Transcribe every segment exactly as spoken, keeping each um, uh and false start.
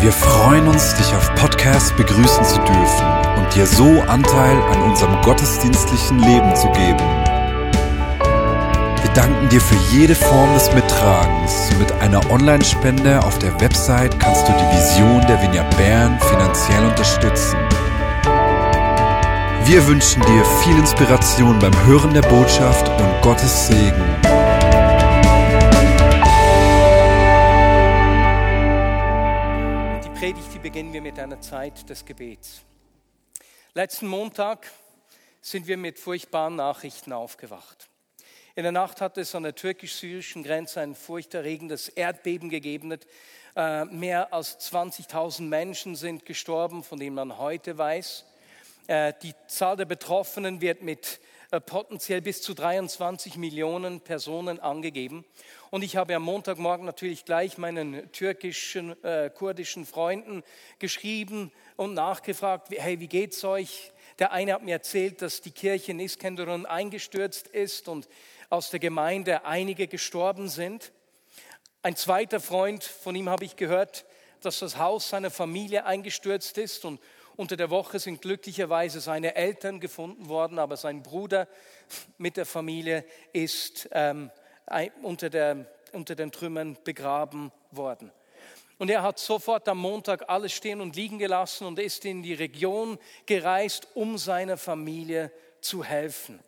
Wir freuen uns, dich auf Podcast begrüßen zu dürfen und dir so Anteil an unserem gottesdienstlichen Leben zu geben. Wir danken dir für jede Form des Mittragens. Mit einer Online-Spende auf der Website kannst du die Vision der Vineyard Bern finanziell unterstützen. Wir wünschen dir viel Inspiration beim Hören der Botschaft und Gottes Segen. Die Predigt, die beginnen wir mit einer Zeit des Gebets. Letzten Montag sind wir mit furchtbaren Nachrichten aufgewacht. In der Nacht hat es an der türkisch-syrischen Grenze ein furchterregendes Erdbeben gegeben. Äh, mehr als zwanzigtausend Menschen sind gestorben, von denen man heute weiß. Äh, die Zahl der Betroffenen wird mit äh, potenziell bis zu dreiundzwanzig Millionen Personen angegeben. Und ich habe am Montagmorgen natürlich gleich meinen türkischen, äh, kurdischen Freunden geschrieben und nachgefragt, hey, wie geht's euch? Der eine hat mir erzählt, dass die Kirche in Iskenderun eingestürzt ist und aus der Gemeinde einige gestorben sind. Ein zweiter Freund, von ihm habe ich gehört, dass das Haus seiner Familie eingestürzt ist und unter der Woche sind glücklicherweise seine Eltern gefunden worden, aber sein Bruder mit der Familie ist ähm, unter, der, unter den Trümmern begraben worden. Und er hat sofort am Montag alles stehen und liegen gelassen und ist in die Region gereist, um seiner Familie zu helfen.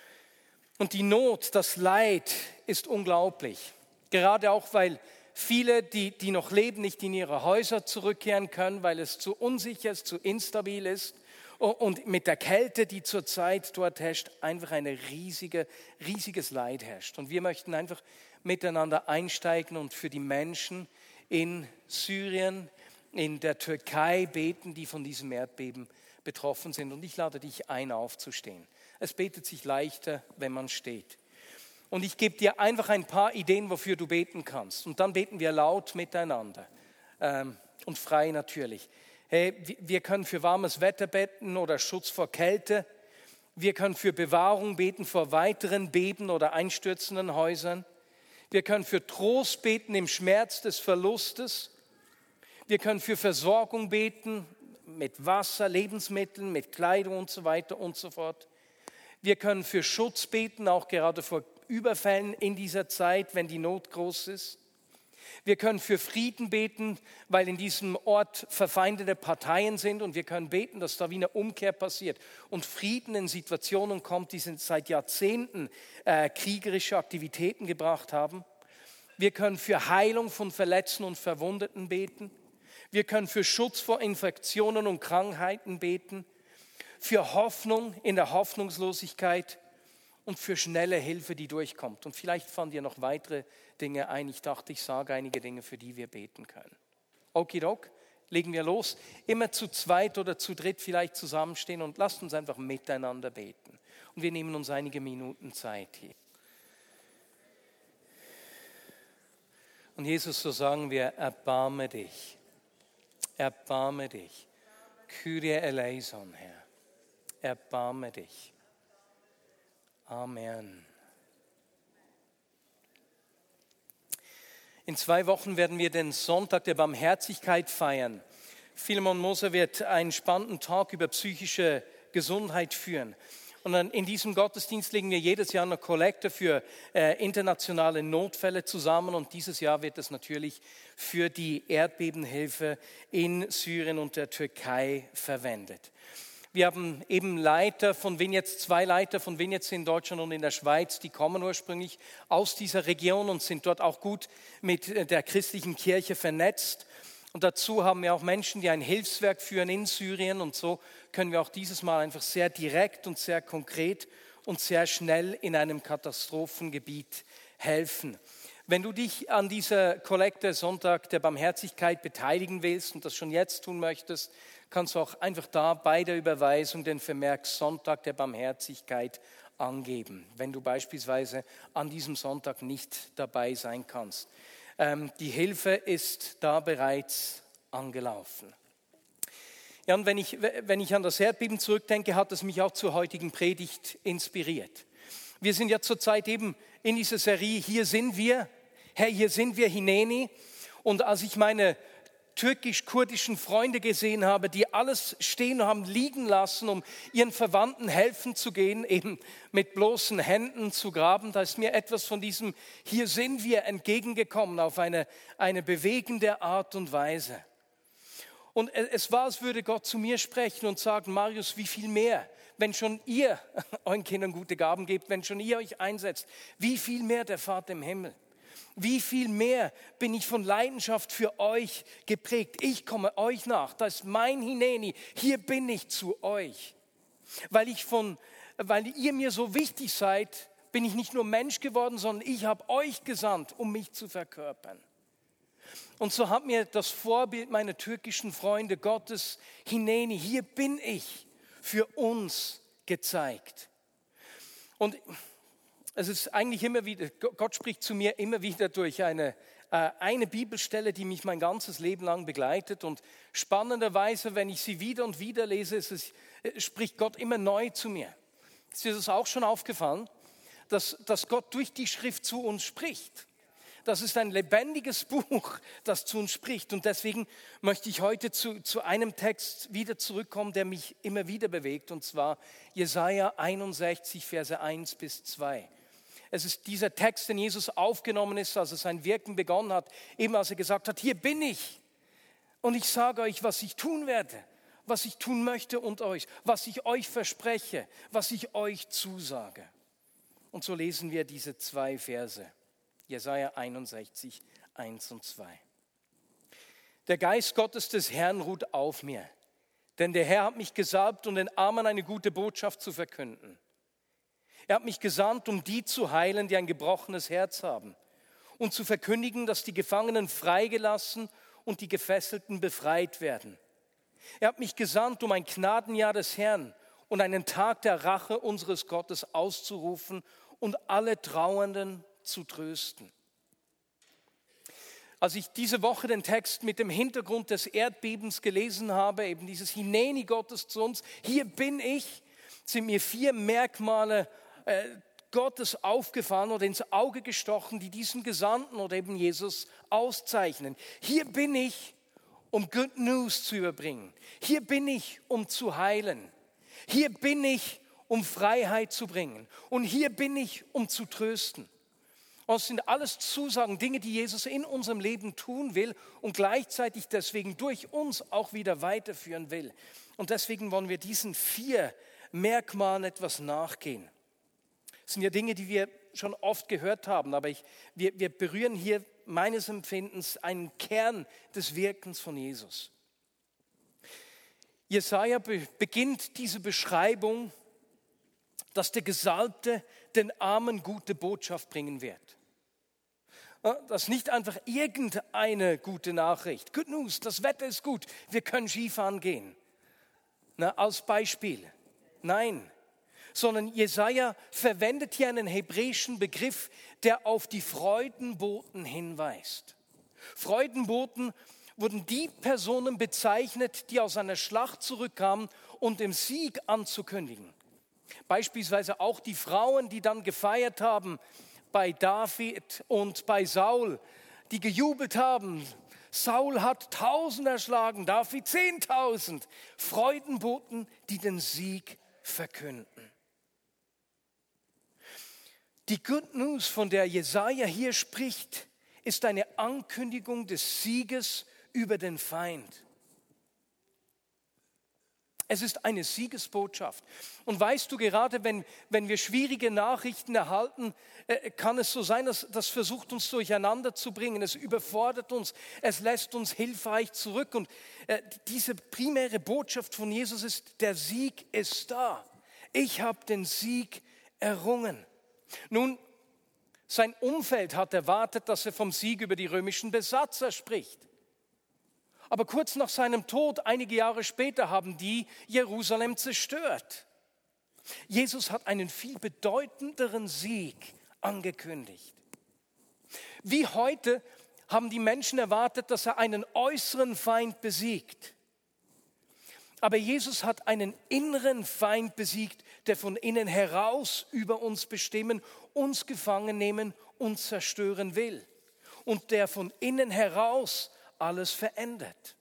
Und die Not, das Leid ist unglaublich. Gerade auch, weil viele, die, die noch leben, nicht in ihre Häuser zurückkehren können, weil es zu unsicher ist, zu instabil ist. Und mit der Kälte, die zurzeit dort herrscht, einfach ein riesige, riesiges Leid herrscht. Und wir möchten einfach miteinander einsteigen und für die Menschen in Syrien, in der Türkei beten, die von diesem Erdbeben betroffen sind. Und ich lade dich ein, aufzustehen. Es betet sich leichter, wenn man steht. Und ich gebe dir einfach ein paar Ideen, wofür du beten kannst. Und dann beten wir laut miteinander ähm, und frei natürlich. Hey, wir können für warmes Wetter beten oder Schutz vor Kälte. Wir können für Bewahrung beten vor weiteren Beben oder einstürzenden Häusern. Wir können für Trost beten im Schmerz des Verlustes. Wir können für Versorgung beten mit Wasser, Lebensmitteln, mit Kleidung und so weiter und so fort. Wir können für Schutz beten, auch gerade vor Überfällen in dieser Zeit, wenn die Not groß ist. Wir können für Frieden beten, weil in diesem Ort verfeindete Parteien sind und wir können beten, dass da wie eine Umkehr passiert und Frieden in Situationen kommt, die seit Jahrzehnten äh, kriegerische Aktivitäten gebracht haben. Wir können für Heilung von Verletzten und Verwundeten beten. Wir können für Schutz vor Infektionen und Krankheiten beten. Für Hoffnung in der Hoffnungslosigkeit und für schnelle Hilfe, die durchkommt. Und vielleicht fallen dir noch weitere Dinge ein. Ich dachte, ich sage einige Dinge, für die wir beten können. Okidok, legen wir los. Immer zu zweit oder zu dritt vielleicht zusammenstehen und lasst uns einfach miteinander beten. Und wir nehmen uns einige Minuten Zeit hier. Und Jesus, so sagen wir, erbarme dich. Erbarme dich. Kyrie eleison, Herr. Erbarme dich. Amen. In zwei Wochen werden wir den Sonntag der Barmherzigkeit feiern. Philemon Moser wird einen spannenden Talk über psychische Gesundheit führen. Und dann in diesem Gottesdienst legen wir jedes Jahr eine Kollekte für äh, internationale Notfälle zusammen. Und dieses Jahr wird es natürlich für die Erdbebenhilfe in Syrien und der Türkei verwendet. Wir haben eben Leiter von Vineyard, zwei Leiter von Vineyard in Deutschland und in der Schweiz, die kommen ursprünglich aus dieser Region und sind dort auch gut mit der christlichen Kirche vernetzt. Und dazu haben wir auch Menschen, die ein Hilfswerk führen in Syrien. Und so können wir auch dieses Mal einfach sehr direkt und sehr konkret und sehr schnell in einem Katastrophengebiet helfen. Wenn du dich an dieser Kollekte Sonntag der Barmherzigkeit beteiligen willst und das schon jetzt tun möchtest, kannst du auch einfach da bei der Überweisung den Vermerk Sonntag der Barmherzigkeit angeben, wenn du beispielsweise an diesem Sonntag nicht dabei sein kannst. Ähm, die Hilfe ist da bereits angelaufen. Ja, und wenn ich, wenn ich an das Erdbeben zurückdenke, hat es mich auch zur heutigen Predigt inspiriert. Wir sind ja zurzeit eben in dieser Serie, hier sind wir, Herr, hier sind wir, Hineni. Und als ich meine türkisch-kurdischen Freunde gesehen habe, die alles stehen haben liegen lassen, um ihren Verwandten helfen zu gehen, eben mit bloßen Händen zu graben, da ist mir etwas von diesem "Hier sind wir" entgegengekommen auf eine, eine bewegende Art und Weise. Und es war, als würde Gott zu mir sprechen und sagen: Marius, wie viel mehr, wenn schon ihr euren Kindern gute Gaben gebt, wenn schon ihr euch einsetzt, wie viel mehr der Vater im Himmel. Wie viel mehr bin ich von Leidenschaft für euch geprägt. Ich komme euch nach, das ist mein Hineni, hier bin ich zu euch. Weil, ich von, weil ihr mir so wichtig seid, bin ich nicht nur Mensch geworden, sondern ich habe euch gesandt, um mich zu verkörpern. Und so hat mir das Vorbild meiner türkischen Freunde, Gottes Hineni, hier bin ich, für uns gezeigt. Und es ist eigentlich immer wieder, Gott spricht zu mir immer wieder durch eine, äh, eine Bibelstelle, die mich mein ganzes Leben lang begleitet. Und spannenderweise, wenn ich sie wieder und wieder lese, ist es, äh, spricht Gott immer neu zu mir. Ist dir das auch schon aufgefallen, dass, dass Gott durch die Schrift zu uns spricht? Das ist ein lebendiges Buch, das zu uns spricht. Und deswegen möchte ich heute zu, zu einem Text wieder zurückkommen, der mich immer wieder bewegt. Und zwar Jesaja einundsechzig, Verse eins bis zwei. Es ist dieser Text, den Jesus aufgenommen ist, als er sein Wirken begonnen hat. Eben als er gesagt hat: Hier bin ich. Und ich sage euch, was ich tun werde, was ich tun möchte und euch, was ich euch verspreche, was ich euch zusage. Und so lesen wir diese zwei Verse. Jesaja einundsechzig, eins und zwei. Der Geist Gottes des Herrn ruht auf mir, denn der Herr hat mich gesalbt, um den Armen eine gute Botschaft zu verkünden. Er hat mich gesandt, um die zu heilen, die ein gebrochenes Herz haben, und zu verkündigen, dass die Gefangenen freigelassen und die Gefesselten befreit werden. Er hat mich gesandt, um ein Gnadenjahr des Herrn und einen Tag der Rache unseres Gottes auszurufen und alle Trauernden zu trösten. Als ich diese Woche den Text mit dem Hintergrund des Erdbebens gelesen habe, eben dieses Hineni Gottes zu uns, hier bin ich, sind mir vier Merkmale äh, Gottes aufgefallen oder ins Auge gestochen, die diesen Gesandten oder eben Jesus auszeichnen. Hier bin ich, um Good News zu überbringen. Hier bin ich, um zu heilen. Hier bin ich, um Freiheit zu bringen. Und hier bin ich, um zu trösten. Und es sind alles Zusagen, Dinge, die Jesus in unserem Leben tun will und gleichzeitig deswegen durch uns auch wieder weiterführen will. Und deswegen wollen wir diesen vier Merkmalen etwas nachgehen. Das sind ja Dinge, die wir schon oft gehört haben, aber ich, wir, wir berühren hier meines Empfindens einen Kern des Wirkens von Jesus. Jesaja be- beginnt diese Beschreibung, dass der Gesalbte den Armen gute Botschaft bringen wird. Das ist nicht einfach irgendeine gute Nachricht. Good News, das Wetter ist gut, wir können Skifahren gehen. Na, als Beispiel. Nein, sondern Jesaja verwendet hier einen hebräischen Begriff, der auf die Freudenboten hinweist. Freudenboten wurden die Personen bezeichnet, die aus einer Schlacht zurückkamen, um den Sieg anzukündigen. Beispielsweise auch die Frauen, die dann gefeiert haben bei David und bei Saul, die gejubelt haben. Saul hat tausend erschlagen, David zehntausend. Freudenboten, die den Sieg verkünden. Die Good News, von der Jesaja hier spricht, ist eine Ankündigung des Sieges über den Feind. Es ist eine Siegesbotschaft. Und weißt du, gerade wenn, wenn wir schwierige Nachrichten erhalten, äh, kann es so sein, dass das versucht uns durcheinander zu bringen. Es überfordert uns, es lässt uns hilfreich zurück. Und äh, diese primäre Botschaft von Jesus ist, der Sieg ist da. Ich habe den Sieg errungen. Nun, sein Umfeld hat erwartet, dass er vom Sieg über die römischen Besatzer spricht. Aber kurz nach seinem Tod, einige Jahre später, haben die Jerusalem zerstört. Jesus hat einen viel bedeutenderen Sieg angekündigt. Wie heute haben die Menschen erwartet, dass er einen äußeren Feind besiegt. Aber Jesus hat einen inneren Feind besiegt, der von innen heraus über uns bestimmen, uns gefangen nehmen und zerstören will. Und der von innen heraus alles verändert.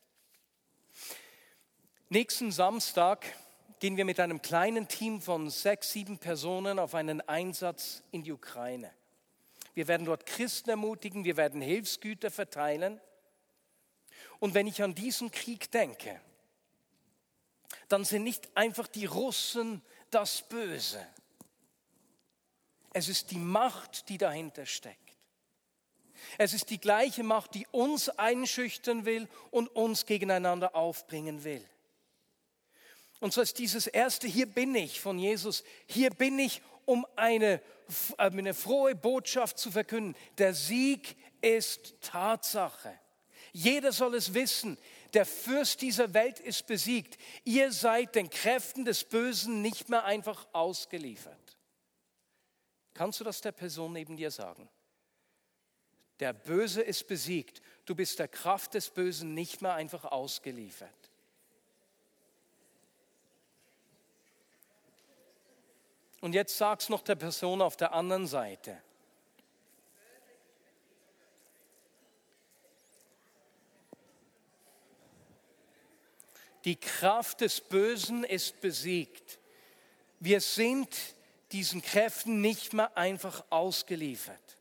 Nächsten Samstag gehen wir mit einem kleinen Team von sechs, sieben Personen auf einen Einsatz in die Ukraine. Wir werden dort Christen ermutigen, wir werden Hilfsgüter verteilen. Und wenn ich an diesen Krieg denke, dann sind nicht einfach die Russen das Böse. Es ist die Macht, die dahinter steckt. Es ist die gleiche Macht, die uns einschüchtern will und uns gegeneinander aufbringen will. Und so ist dieses erste, hier bin ich von Jesus, hier bin ich, um eine, eine frohe Botschaft zu verkünden. Der Sieg ist Tatsache. Jeder soll es wissen, der Fürst dieser Welt ist besiegt. Ihr seid den Kräften des Bösen nicht mehr einfach ausgeliefert. Kannst du das der Person neben dir sagen? Der Böse ist besiegt. Du bist der Kraft des Bösen nicht mehr einfach ausgeliefert. Und jetzt sag's noch der Person auf der anderen Seite. Die Kraft des Bösen ist besiegt. Wir sind diesen Kräften nicht mehr einfach ausgeliefert.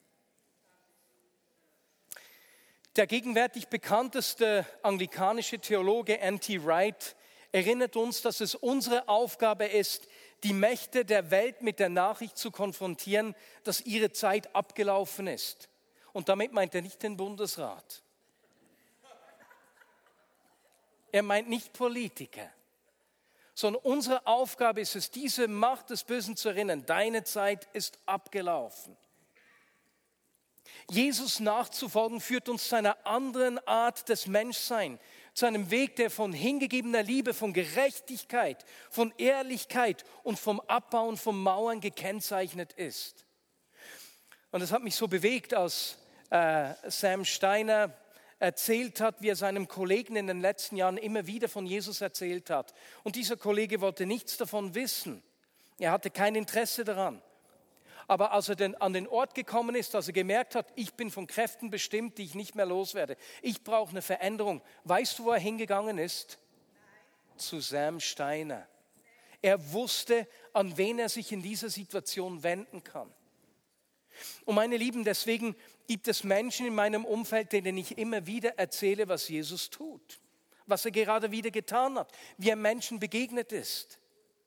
Der gegenwärtig bekannteste anglikanische Theologe N T Wright erinnert uns, dass es unsere Aufgabe ist, die Mächte der Welt mit der Nachricht zu konfrontieren, dass ihre Zeit abgelaufen ist. Und damit meint er nicht den Bundesrat. Er meint nicht Politiker, sondern unsere Aufgabe ist es, diese Macht des Bösen zu erinnern. Deine Zeit ist abgelaufen. Jesus nachzufolgen führt uns zu einer anderen Art des Menschseins, zu einem Weg, der von hingegebener Liebe, von Gerechtigkeit, von Ehrlichkeit und vom Abbauen von Mauern gekennzeichnet ist. Und es hat mich so bewegt, als äh, Sam Steiner erzählt hat, wie er seinem Kollegen in den letzten Jahren immer wieder von Jesus erzählt hat. Und dieser Kollege wollte nichts davon wissen. Er hatte kein Interesse daran. Aber als er denn an den Ort gekommen ist, als er gemerkt hat, ich bin von Kräften bestimmt, die ich nicht mehr loswerde. Ich brauche eine Veränderung. Weißt du, wo er hingegangen ist? Nein. Zu Sam Steiner. Er wusste, an wen er sich in dieser Situation wenden kann. Und meine Lieben, deswegen gibt es Menschen in meinem Umfeld, denen ich immer wieder erzähle, was Jesus tut. Was er gerade wieder getan hat. Wie er Menschen begegnet ist.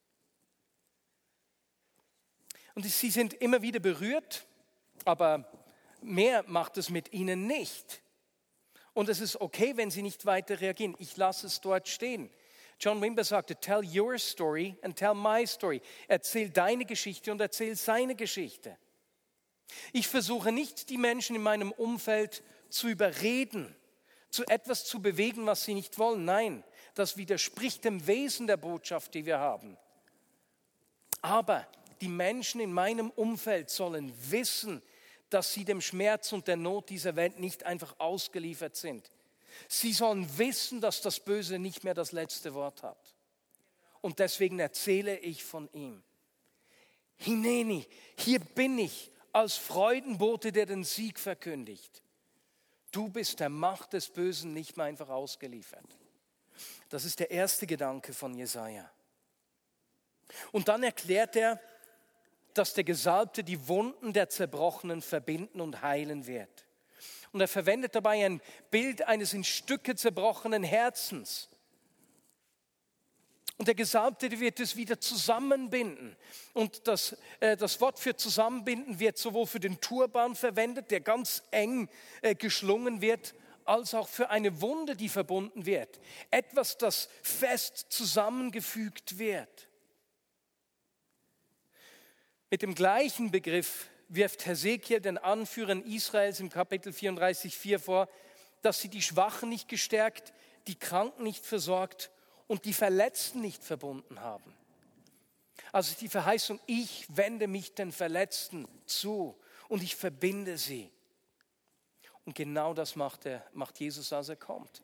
Und sie sind immer wieder berührt, aber mehr macht es mit ihnen nicht. Und es ist okay, wenn sie nicht weiter reagieren. Ich lasse es dort stehen. John Wimber sagte, tell your story and tell my story. Erzähl deine Geschichte und erzähl seine Geschichte. Ich versuche nicht, die Menschen in meinem Umfeld zu überreden, zu etwas zu bewegen, was sie nicht wollen. Nein, das widerspricht dem Wesen der Botschaft, die wir haben. Aber die Menschen in meinem Umfeld sollen wissen, dass sie dem Schmerz und der Not dieser Welt nicht einfach ausgeliefert sind. Sie sollen wissen, dass das Böse nicht mehr das letzte Wort hat. Und deswegen erzähle ich von ihm. Hineni, hier bin ich als Freudenbote, der den Sieg verkündigt. Du bist der Macht des Bösen nicht mehr einfach ausgeliefert. Das ist der erste Gedanke von Jesaja. Und dann erklärt er, dass der Gesalbte die Wunden der Zerbrochenen verbinden und heilen wird. Und er verwendet dabei ein Bild eines in Stücke zerbrochenen Herzens. Und der Gesalbte wird es wieder zusammenbinden. Und das, äh, das Wort für zusammenbinden wird sowohl für den Turban verwendet, der ganz eng äh, geschlungen wird, als auch für eine Wunde, die verbunden wird. Etwas, das fest zusammengefügt wird. Mit dem gleichen Begriff wirft Hesekiel den Anführern Israels im Kapitel vierunddreißig Vers vier vor, dass sie die Schwachen nicht gestärkt, die Kranken nicht versorgt und die Verletzten nicht verbunden haben. Also die Verheißung, ich wende mich den Verletzten zu und ich verbinde sie. Und genau das macht, er, macht Jesus, als er kommt.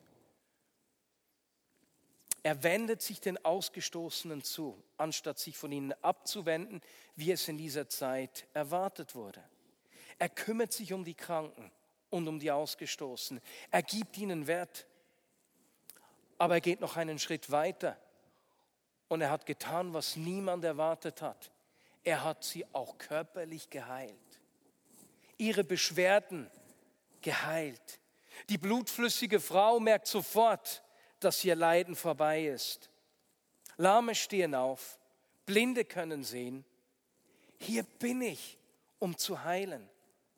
Er wendet sich den Ausgestoßenen zu, anstatt sich von ihnen abzuwenden, wie es in dieser Zeit erwartet wurde. Er kümmert sich um die Kranken und um die Ausgestoßenen. Er gibt ihnen Wert. Aber er geht noch einen Schritt weiter. Und er hat getan, was niemand erwartet hat. Er hat sie auch körperlich geheilt. Ihre Beschwerden geheilt. Die blutflüssige Frau merkt sofort, dass ihr Leiden vorbei ist. Lahme stehen auf, Blinde können sehen. Hier bin ich, um zu heilen.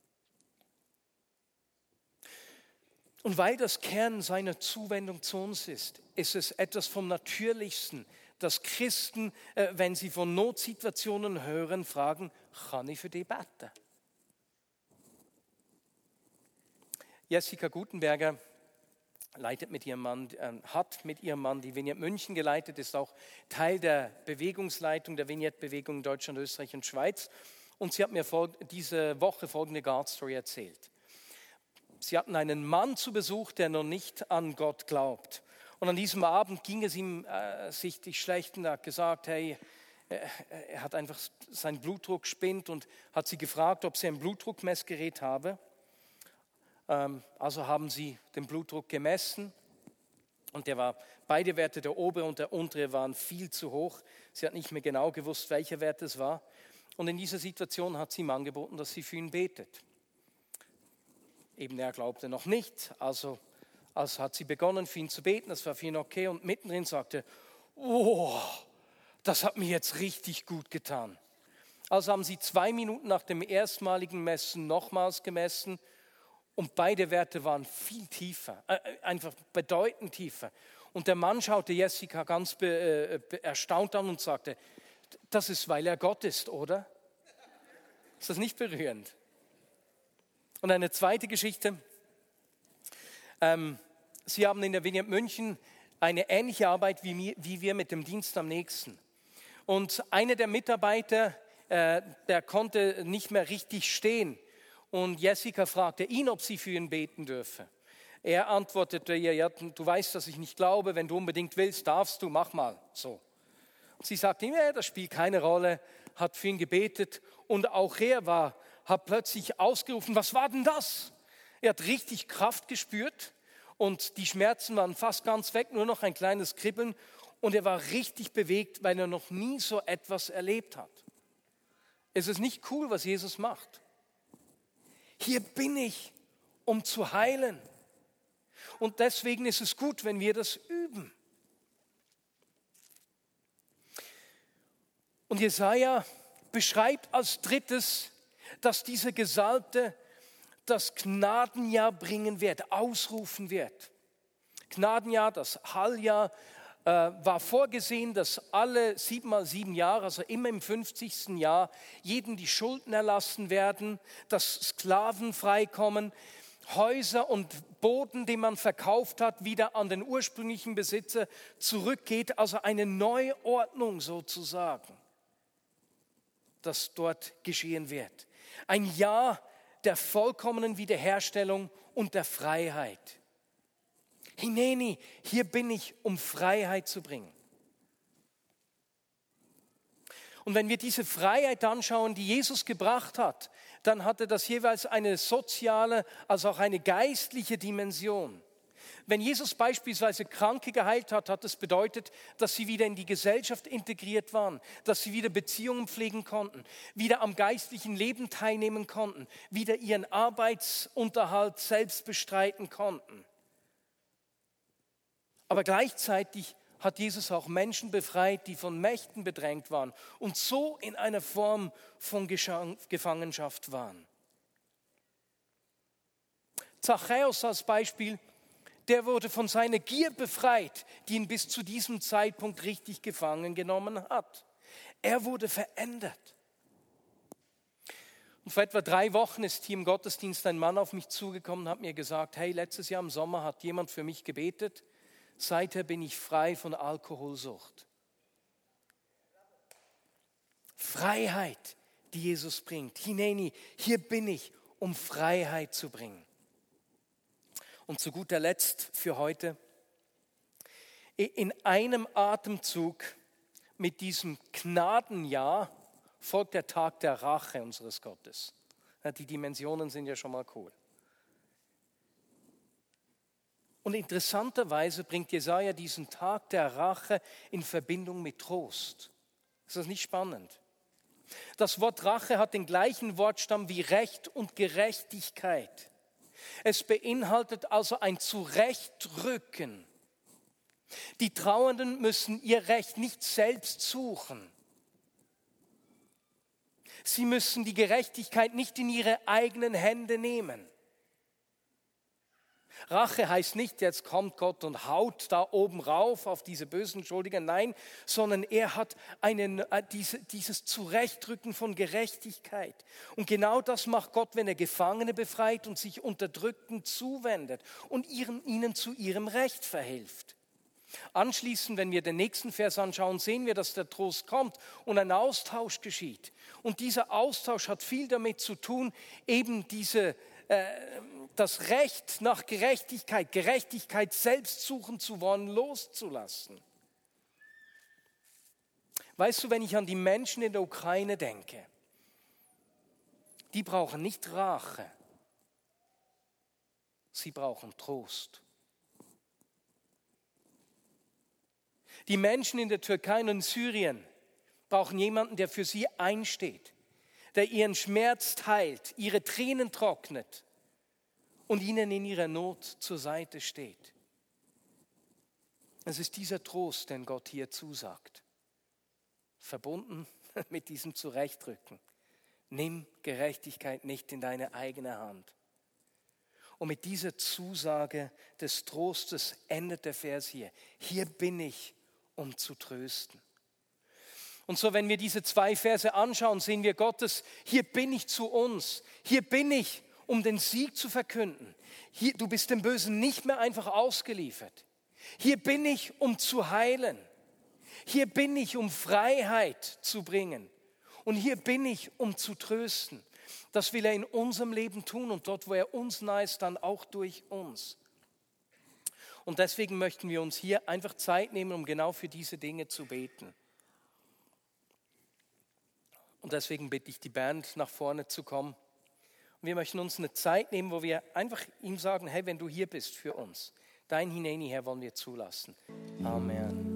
Und weil das Kern seiner Zuwendung zu uns ist, ist es etwas vom Natürlichsten, dass Christen, äh, wenn sie von Notsituationen hören, fragen, kann ich für dich beten? Jessica Gutenberger leitet mit ihrem Mann, äh, hat mit ihrem Mann die Vignette München geleitet, ist auch Teil der Bewegungsleitung der Vignette-Bewegung in Deutschland, Österreich und Schweiz. Und sie hat mir vor, diese Woche folgende God-Story erzählt. Sie hatten einen Mann zu Besuch, der noch nicht an Gott glaubt. Und an diesem Abend ging es ihm äh, sichtlich schlecht und er hat gesagt, hey, äh, er hat einfach, sein Blutdruck spinnt und hat sie gefragt, ob sie ein Blutdruckmessgerät habe. Ähm, also haben sie den Blutdruck gemessen und der war, beide Werte, der obere und der untere, waren viel zu hoch. Sie hat nicht mehr genau gewusst, welcher Wert es war. Und in dieser Situation hat sie ihm angeboten, dass sie für ihn betet. Eben er glaubte noch nicht, also, also hat sie begonnen für ihn zu beten, das war für ihn okay und mittendrin sagte, oh, das hat mir jetzt richtig gut getan. Also haben sie zwei Minuten nach dem erstmaligen Messen nochmals gemessen und beide Werte waren viel tiefer, äh, einfach bedeutend tiefer. Und der Mann schaute Jessica ganz be, äh, be, erstaunt an und sagte, das ist, weil er Gott ist, oder? Ist das nicht berührend? Und eine zweite Geschichte. Ähm, Sie haben in der Vignette München eine ähnliche Arbeit wie, mir, wie wir mit dem Dienst am Nächsten. Und einer der Mitarbeiter, äh, der konnte nicht mehr richtig stehen. Und Jessica fragte ihn, ob sie für ihn beten dürfe. Er antwortete ihr, ja, du weißt, dass ich nicht glaube, wenn du unbedingt willst, darfst du, mach mal so. Und sie sagte ihm, ja, das spielt keine Rolle, hat für ihn gebetet und auch er war hat plötzlich ausgerufen, was war denn das? Er hat richtig Kraft gespürt und die Schmerzen waren fast ganz weg, nur noch ein kleines Kribbeln und er war richtig bewegt, weil er noch nie so etwas erlebt hat. Es ist nicht cool, was Jesus macht. Hier bin ich, um zu heilen. Und deswegen ist es gut, wenn wir das üben. Und Jesaja beschreibt als drittes, dass dieser Gesalbte das Gnadenjahr bringen wird, ausrufen wird. Gnadenjahr, das Halljahr, äh, war vorgesehen, dass alle sieben mal sieben Jahre, also immer im fünfzigsten Jahr, jedem die Schulden erlassen werden, dass Sklaven freikommen, Häuser und Boden, die man verkauft hat, wieder an den ursprünglichen Besitzer zurückgeht, also eine Neuordnung sozusagen, das dort geschehen wird. Ein Jahr der vollkommenen Wiederherstellung und der Freiheit. Hineni, hier bin ich, um Freiheit zu bringen. Und wenn wir diese Freiheit anschauen, die Jesus gebracht hat, dann hatte das jeweils eine soziale, als auch eine geistliche Dimension. Wenn Jesus beispielsweise Kranke geheilt hat, hat es bedeutet, dass sie wieder in die Gesellschaft integriert waren, dass sie wieder Beziehungen pflegen konnten, wieder am geistlichen Leben teilnehmen konnten, wieder ihren Arbeitsunterhalt selbst bestreiten konnten. Aber gleichzeitig hat Jesus auch Menschen befreit, die von Mächten bedrängt waren und so in einer Form von Gefangenschaft waren. Zachäus als Beispiel, der wurde von seiner Gier befreit, die ihn bis zu diesem Zeitpunkt richtig gefangen genommen hat. Er wurde verändert. Und vor etwa drei Wochen ist hier im Gottesdienst ein Mann auf mich zugekommen und hat mir gesagt, hey, letztes Jahr im Sommer hat jemand für mich gebetet, seither bin ich frei von Alkoholsucht. Freiheit, die Jesus bringt. Hineni, hier bin ich, um Freiheit zu bringen. Und zu guter Letzt für heute, in einem Atemzug mit diesem Gnadenjahr folgt der Tag der Rache unseres Gottes. Die Dimensionen sind ja schon mal cool. Und interessanterweise bringt Jesaja diesen Tag der Rache in Verbindung mit Trost. Ist das nicht spannend? Das Wort Rache hat den gleichen Wortstamm wie Recht und Gerechtigkeit. Es beinhaltet also ein Zurechtrücken. Die Trauernden müssen ihr Recht nicht selbst suchen. Sie müssen die Gerechtigkeit nicht in ihre eigenen Hände nehmen. Rache heißt nicht, jetzt kommt Gott und haut da oben rauf auf diese bösen Schuldigen. Nein, sondern er hat einen, diese, dieses Zurechtrücken von Gerechtigkeit. Und genau das macht Gott, wenn er Gefangene befreit und sich Unterdrückten zuwendet und ihren, ihnen zu ihrem Recht verhilft. Anschließend, wenn wir den nächsten Vers anschauen, sehen wir, dass der Trost kommt und ein Austausch geschieht. Und dieser Austausch hat viel damit zu tun, eben diese das Recht nach Gerechtigkeit, Gerechtigkeit selbst suchen zu wollen, loszulassen. Weißt du, wenn ich an die Menschen in der Ukraine denke, die brauchen nicht Rache, sie brauchen Trost. Die Menschen in der Türkei und in Syrien brauchen jemanden, der für sie einsteht, der ihren Schmerz teilt, ihre Tränen trocknet und ihnen in ihrer Not zur Seite steht. Es ist dieser Trost, den Gott hier zusagt, verbunden mit diesem Zurechtrücken. Nimm Gerechtigkeit nicht in deine eigene Hand. Und mit dieser Zusage des Trostes endet der Vers hier. Hier bin ich, um zu trösten. Und so, wenn wir diese zwei Verse anschauen, sehen wir Gottes, hier bin ich zu uns, hier bin ich, um den Sieg zu verkünden. Hier, du bist dem Bösen nicht mehr einfach ausgeliefert. Hier bin ich, um zu heilen. Hier bin ich, um Freiheit zu bringen. Und hier bin ich, um zu trösten. Das will er in unserem Leben tun und dort, wo er uns nahe ist, dann auch durch uns. Und deswegen möchten wir uns hier einfach Zeit nehmen, um genau für diese Dinge zu beten. Und deswegen bitte ich die Band, nach vorne zu kommen. Und wir möchten uns eine Zeit nehmen, wo wir einfach ihm sagen, hey, wenn du hier bist für uns, dein Hineni, Herr, wollen wir zulassen. Amen.